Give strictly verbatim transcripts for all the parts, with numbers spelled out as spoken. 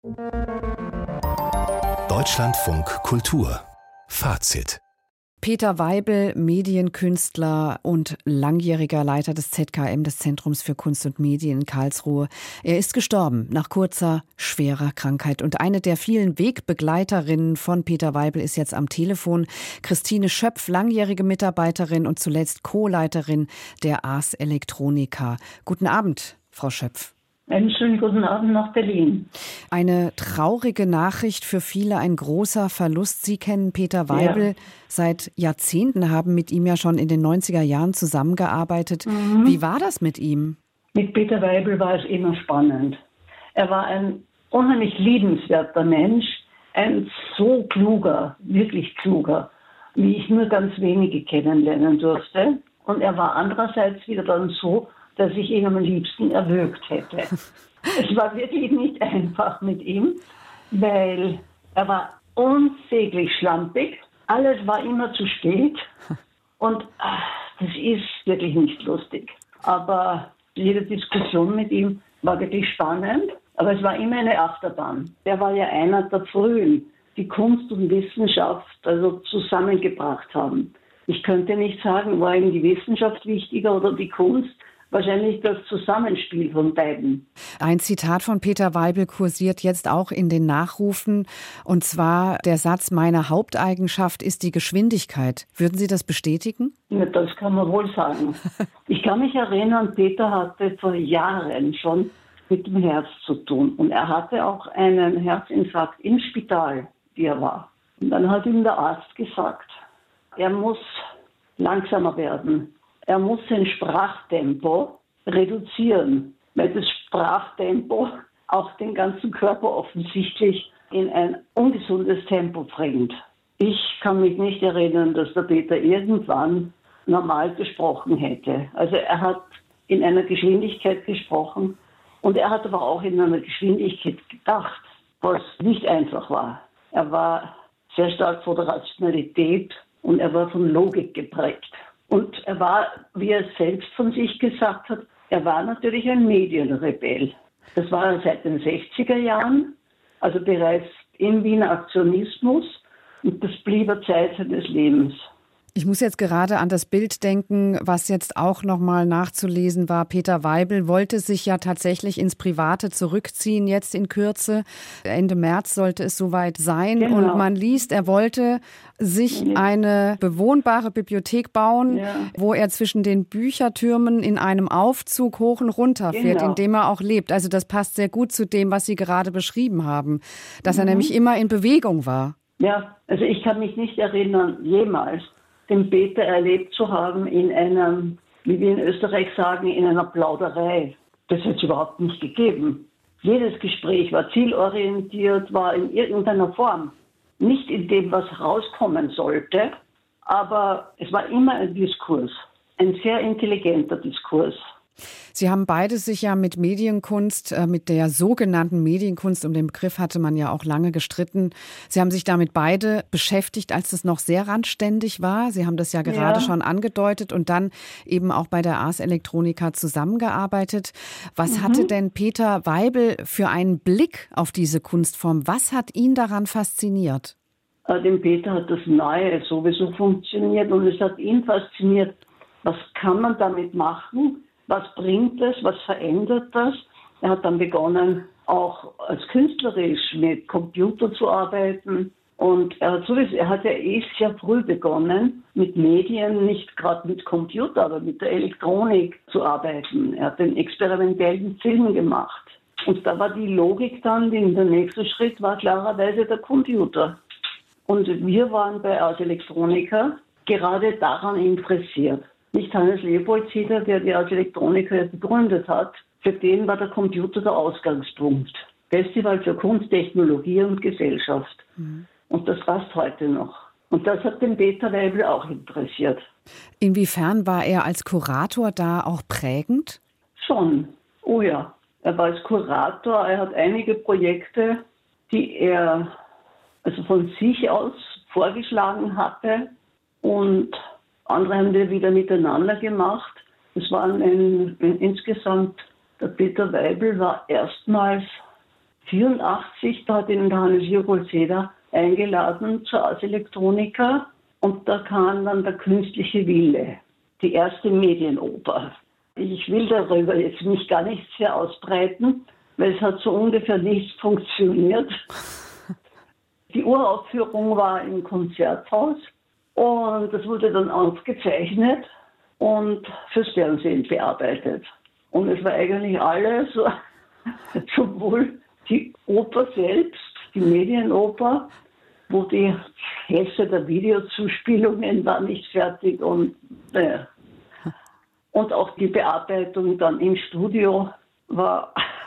Deutschlandfunk Kultur Fazit. Peter Weibel, Medienkünstler und langjähriger Leiter des Z K M, des Zentrums für Kunst und Medien in Karlsruhe. Er ist gestorben nach kurzer, schwerer Krankheit. Und eine der vielen Wegbegleiterinnen von Peter Weibel ist jetzt am Telefon. Christine Schöpf, langjährige Mitarbeiterin und zuletzt Co-Leiterin der Ars Electronica. Guten Abend, Frau Schöpf. Einen schönen guten Abend nach Berlin. Eine traurige Nachricht, für viele ein großer Verlust. Sie kennen Peter Weibel ja. seit Jahrzehnten, haben mit ihm ja schon in den neunziger Jahren zusammengearbeitet. Mhm. Wie war das mit ihm? Mit Peter Weibel war es immer spannend. Er war ein unheimlich liebenswerter Mensch, ein so kluger, wirklich kluger, wie ich nur ganz wenige kennenlernen durfte. Und er war andererseits wieder dann so, dass ich ihn am liebsten erwürgt hätte. Es war wirklich nicht einfach mit ihm, weil er war unsäglich schlampig. Alles war immer zu spät und ach, das ist wirklich nicht lustig. Aber jede Diskussion mit ihm war wirklich spannend, aber es war immer eine Achterbahn. Er war ja einer der Frühen, die Kunst und Wissenschaft also zusammengebracht haben. Ich könnte nicht sagen, war ihm die Wissenschaft wichtiger oder die Kunst. Wahrscheinlich das Zusammenspiel von beiden. Ein Zitat von Peter Weibel kursiert jetzt auch in den Nachrufen. Und zwar der Satz, meine Haupteigenschaft ist die Geschwindigkeit. Würden Sie das bestätigen? Ja, das kann man wohl sagen. Ich kann mich erinnern, Peter hatte vor Jahren schon mit dem Herz zu tun. Und er hatte auch einen Herzinfarkt im Spital, wie er war. Und dann hat ihm der Arzt gesagt, er muss langsamer werden. Er muss sein Sprachtempo reduzieren, weil das Sprachtempo auch den ganzen Körper offensichtlich in ein ungesundes Tempo bringt. Ich kann mich nicht erinnern, dass der Peter irgendwann normal gesprochen hätte. Also er hat in einer Geschwindigkeit gesprochen und er hat aber auch in einer Geschwindigkeit gedacht, was nicht einfach war. Er war sehr stark von der Rationalität und er war von Logik geprägt. Und er war, wie er selbst von sich gesagt hat, er war natürlich ein Medienrebell. Das war er seit den sechziger Jahren, also bereits im Wiener Aktionismus. Und das blieb er Zeit seines Lebens. Ich muss jetzt gerade an das Bild denken, was jetzt auch nochmal nachzulesen war. Peter Weibel wollte sich ja tatsächlich ins Private zurückziehen, jetzt in Kürze. Ende März sollte es soweit sein. Genau. Und man liest, er wollte sich ja. eine bewohnbare Bibliothek bauen, ja. wo er zwischen den Büchertürmen in einem Aufzug hoch und runter fährt, genau. in dem er auch lebt. Also das passt sehr gut zu dem, was Sie gerade beschrieben haben, dass mhm. er nämlich immer in Bewegung war. Ja, also ich kann mich nicht erinnern, jemals den Peter erlebt zu haben in einem, wie wir in Österreich sagen, in einer Plauderei. Das hat es überhaupt nicht gegeben. Jedes Gespräch war zielorientiert, war in irgendeiner Form. Nicht in dem, was rauskommen sollte, aber es war immer ein Diskurs, ein sehr intelligenter Diskurs. Sie haben beide sich ja mit Medienkunst, mit der sogenannten Medienkunst, um den Begriff hatte man ja auch lange gestritten. Sie haben sich damit beide beschäftigt, als es noch sehr randständig war. Sie haben das ja gerade ja. schon angedeutet und dann eben auch bei der Ars Electronica zusammengearbeitet. Was mhm. hatte denn Peter Weibel für einen Blick auf diese Kunstform? Was hat ihn daran fasziniert? Dem Peter hat das Neue sowieso funktioniert und es hat ihn fasziniert. Was kann man damit machen? Was bringt es? Was verändert das? Er hat dann begonnen, auch als künstlerisch mit Computer zu arbeiten. Und er hat sowieso, er hat ja eh sehr früh begonnen, mit Medien, nicht gerade mit Computer, aber mit der Elektronik zu arbeiten. Er hat den experimentellen Film gemacht. Und da war die Logik dann, der nächste Schritt war klarerweise der Computer. Und wir waren bei Ars Electronica gerade daran interessiert. Nicht Hannes Leopoldseder, der die Ars Electronica gegründet hat, für den war der Computer der Ausgangspunkt. Festival für Kunst, Technologie und Gesellschaft. Mhm. Und das passt heute noch. Und das hat den Peter Weibel auch interessiert. Inwiefern war er als Kurator da auch prägend? Schon. Oh ja. Er war als Kurator, er hat einige Projekte, die er also von sich aus vorgeschlagen hatte und andere haben wir wieder miteinander gemacht. Es waren ein, ein, insgesamt, der Peter Weibel war erstmals vierundachtzig, da hat ihn der Hannes Jürgolseder eingeladen zur Ars Electronica und da kam dann der Künstliche Wille, die erste Medienoper. Ich will darüber jetzt mich gar nicht sehr ausbreiten, weil es hat so ungefähr nicht funktioniert. Die Uraufführung war im Konzerthaus und das wurde dann aufgezeichnet und fürs Fernsehen bearbeitet. Und es war eigentlich alles, sowohl die Oper selbst, die Medienoper, wo die Hälfte der Videozuspielungen war nicht fertig und äh, und auch die Bearbeitung dann im Studio war,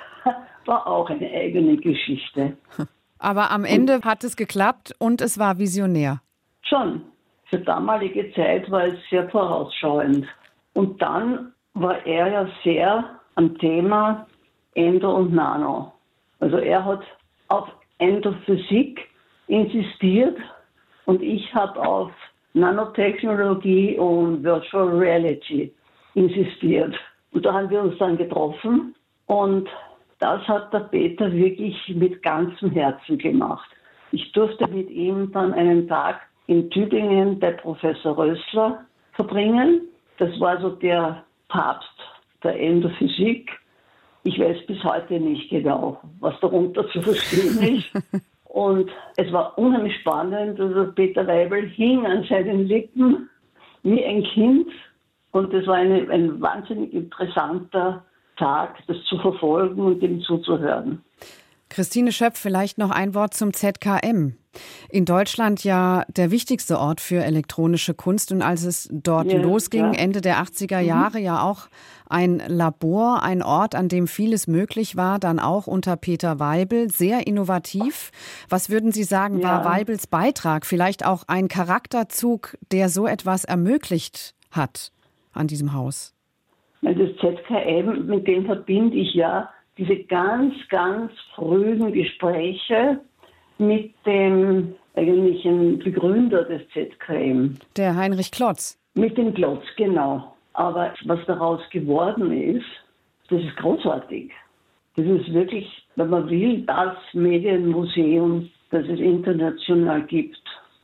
war auch eine eigene Geschichte. Aber am Ende hat es geklappt und es war visionär. Schon. Für damalige Zeit war es sehr vorausschauend. Und dann war er ja sehr am Thema Endo und Nano. Also er hat auf Endophysik insistiert und ich habe auf Nanotechnologie und Virtual Reality insistiert. Und da haben wir uns dann getroffen und das hat der Peter wirklich mit ganzem Herzen gemacht. Ich durfte mit ihm dann einen Tag in Tübingen bei Professor Rössler verbringen. Das war so der Papst der Endophysik. Ich weiß bis heute nicht genau, was darunter zu verstehen ist. Und es war unheimlich spannend. Also Peter Weibel hing an seinen Lippen wie ein Kind. Und es war eine, ein wahnsinnig interessanter Tag, das zu verfolgen und dem zuzuhören. Christine Schöpf, vielleicht noch ein Wort zum Z K M. In Deutschland ja der wichtigste Ort für elektronische Kunst. Und als es dort ja, losging, ja. Ende der achtziger Jahre, mhm. ja auch ein Labor, ein Ort, an dem vieles möglich war, dann auch unter Peter Weibel, sehr innovativ. Was würden Sie sagen, ja. war Weibels Beitrag, vielleicht auch ein Charakterzug, der so etwas ermöglicht hat an diesem Haus? Das Z K M, mit dem verbinde ich ja diese ganz, ganz frühen Gespräche mit dem eigentlichen Begründer des Z K M. Der Heinrich Klotz. Mit dem Klotz, genau. Aber was daraus geworden ist, das ist großartig. Das ist wirklich, wenn man will, das Medienmuseum, das es international gibt.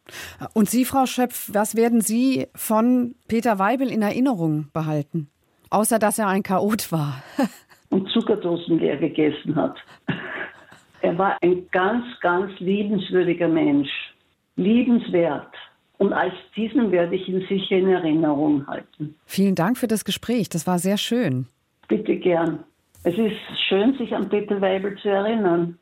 Und Sie, Frau Schöpf, was werden Sie von Peter Weibel in Erinnerung behalten? Außer, dass er ein Chaot war. Und Zuckerdosen leer gegessen hat. Er war ein ganz, ganz liebenswürdiger Mensch. Liebenswert. Und als diesen werde ich ihn sicher in Erinnerung halten. Vielen Dank für das Gespräch. Das war sehr schön. Bitte gern. Es ist schön, sich an Peter Weibel zu erinnern.